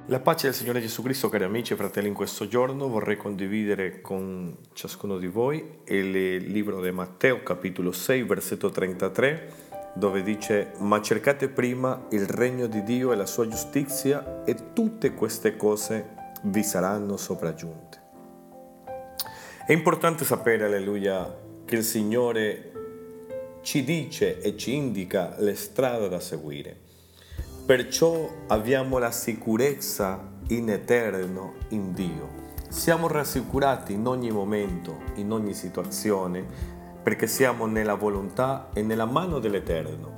La pace del Signore Gesù Cristo, cari amici e fratelli, in questo giorno vorrei condividere con ciascuno di voi il libro di Matteo, capitolo 6, versetto 33, dove dice: «Ma cercate prima il regno di Dio e la sua giustizia e tutte queste cose vi saranno sopraggiunte». È importante sapere, alleluia, che il Signore ci dice e ci indica le strade da seguire. Perciò abbiamo la sicurezza in eterno in Dio. Siamo rassicurati in ogni momento, in ogni situazione, perché siamo nella volontà e nella mano dell'Eterno.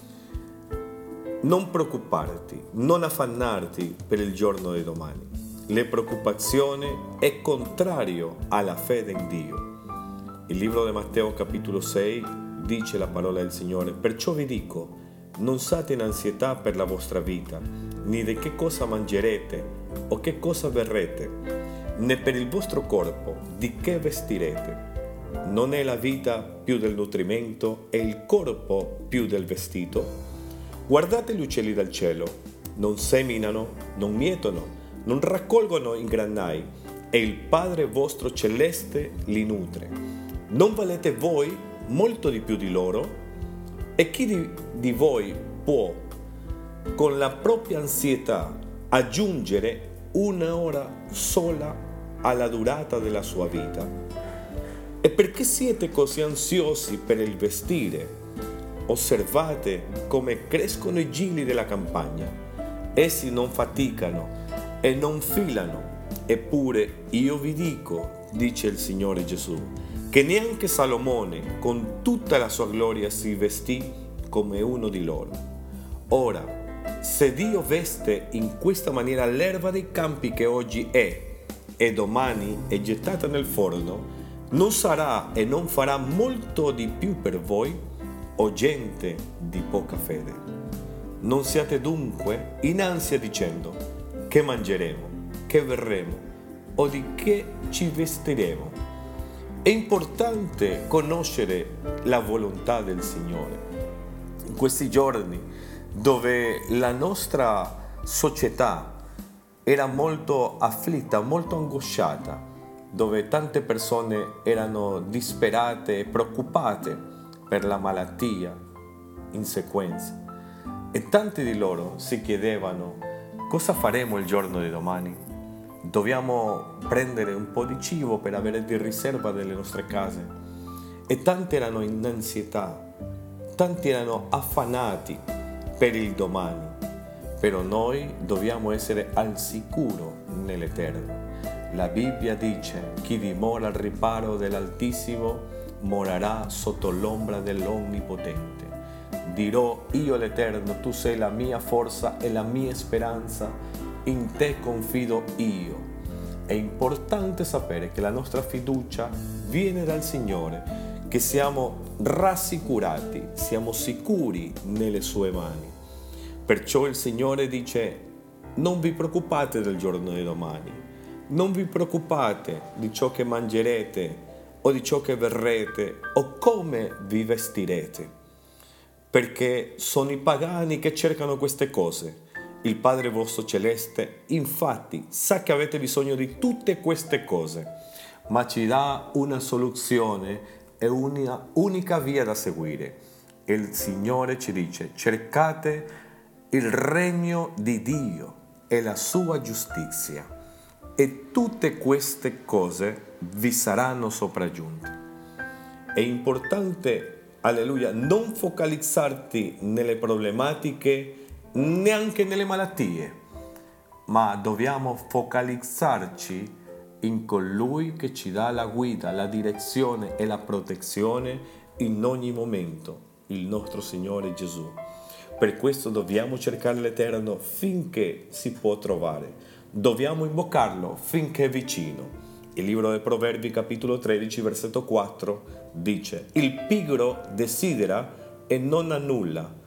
Non preoccuparti, non affannarti per il giorno di domani. La preoccupazione è contrario alla fede in Dio. Il libro di Matteo capitolo 6 dice la parola del Signore: «Perciò vi dico, non siate in ansietà per la vostra vita, né di che cosa mangerete o che cosa berrete, né per il vostro corpo di che vestirete. Non è la vita più del nutrimento e il corpo più del vestito? Guardate gli uccelli dal cielo, non seminano, non mietono, non raccolgono in granai, e il Padre vostro celeste li nutre. Non valete voi molto di più di loro? E chi di voi può, con la propria ansietà, aggiungere una ora sola alla durata della sua vita? E perché siete così ansiosi per il vestire? Osservate come crescono i gigli della campagna. Essi non faticano e non filano. Eppure io vi dico, dice il Signore Gesù, che neanche Salomone con tutta la sua gloria si vestì come uno di loro. Ora, se Dio veste in questa maniera l'erba dei campi che oggi è e domani è gettata nel forno, non sarà e non farà molto di più per voi, o gente di poca fede? Non siate dunque in ansia dicendo: che mangeremo, che berremo o di che ci vestiremo? È importante conoscere la volontà del Signore. In questi giorni, dove la nostra società era molto afflitta, molto angosciata, dove tante persone erano disperate e preoccupate per la malattia in sequenza, e tanti di loro si chiedevano: cosa faremo il giorno di domani? Dobbiamo prendere un po' di cibo per avere di riserva nelle nostre case. E tanti erano in ansietà, tanti erano affannati per il domani. Però noi dobbiamo essere al sicuro nell'Eterno. La Bibbia dice: chi dimora al riparo dell'Altissimo morerà sotto l'ombra dell'Onnipotente. Dirò io l'Eterno: tu sei la mia forza e la mia speranza, in te confido io. È importante sapere che la nostra fiducia viene dal Signore, che siamo rassicurati, siamo sicuri nelle sue mani. Perciò il Signore dice: non vi preoccupate del giorno di domani, non vi preoccupate di ciò che mangerete o di ciò che berrete o come vi vestirete, perché sono i pagani che cercano queste cose. Il Padre vostro celeste, infatti, sa che avete bisogno di tutte queste cose, ma ci dà una soluzione e una unica via da seguire. Il Signore ci dice: cercate il regno di Dio e la sua giustizia, e tutte queste cose vi saranno sopraggiunte. È importante, alleluia, non focalizzarti nelle problematiche, neanche nelle malattie, ma dobbiamo focalizzarci in colui che ci dà la guida, la direzione e la protezione in ogni momento, il nostro Signore Gesù. Per questo dobbiamo cercare l'Eterno finché si può trovare, dobbiamo invocarlo finché è vicino. Il libro dei Proverbi capitolo 13 versetto 4 dice: il pigro desidera e non ha nulla,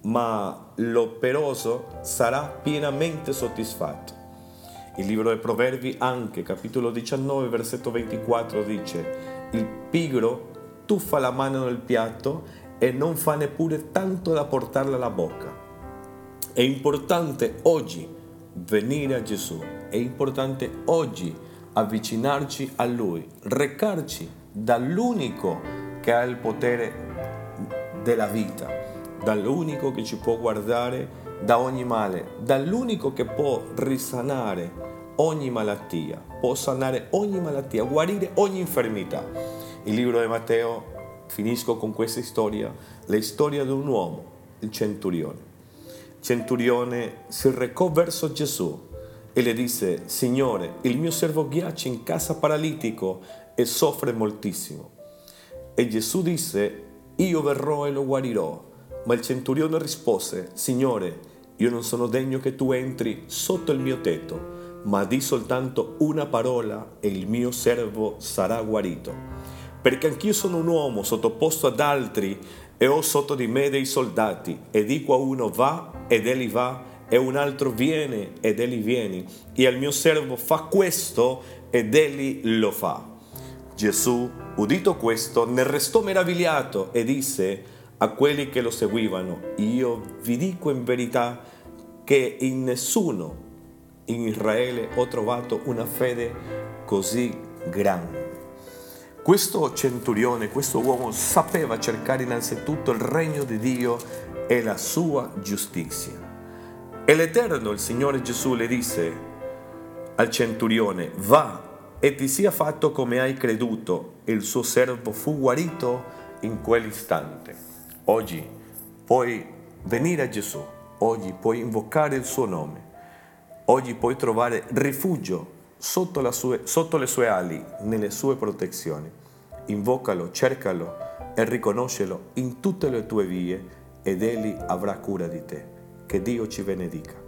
ma l'operoso sarà pienamente soddisfatto. Il libro dei Proverbi, anche capitolo 19, versetto 24, dice: il pigro tuffa la mano nel piatto e non fa neppure tanto da portarla alla bocca. È importante oggi venire a Gesù. È importante oggi avvicinarci a Lui, recarci dall'unico che ha il potere della vita, dall'unico che ci può guardare da ogni male, dall'unico che può risanare ogni malattia, può sanare ogni malattia, guarire ogni infermità. Il libro di Matteo, finisco con questa storia, la storia di un uomo, il centurione. Il centurione si recò verso Gesù e le disse: Signore, il mio servo giace in casa paralitico e soffre moltissimo. E Gesù disse: Io verrò e lo guarirò. Ma il centurione rispose: Signore, io non sono degno che tu entri sotto il mio tetto, ma di soltanto una parola e il mio servo sarà guarito. Perché anch'io sono un uomo sottoposto ad altri e ho sotto di me dei soldati, e dico a uno va ed egli va, e un altro viene ed egli viene, e al mio servo fa questo ed egli lo fa. Gesù, udito questo, ne restò meravigliato e disse a quelli che lo seguivano: Io vi dico in verità che in nessuno in Israele ho trovato una fede così grande. Questo centurione, questo uomo sapeva cercare innanzitutto il regno di Dio e la sua giustizia. E l'Eterno, il Signore Gesù, le disse al centurione: va e ti sia fatto come hai creduto. E il suo servo fu guarito in quell'istante. Oggi puoi venire a Gesù, oggi puoi invocare il suo nome, oggi puoi trovare rifugio sotto le sue ali, nelle sue protezioni. Invocalo, cercalo e riconoscelo in tutte le tue vie ed egli avrà cura di te. Che Dio ci benedica.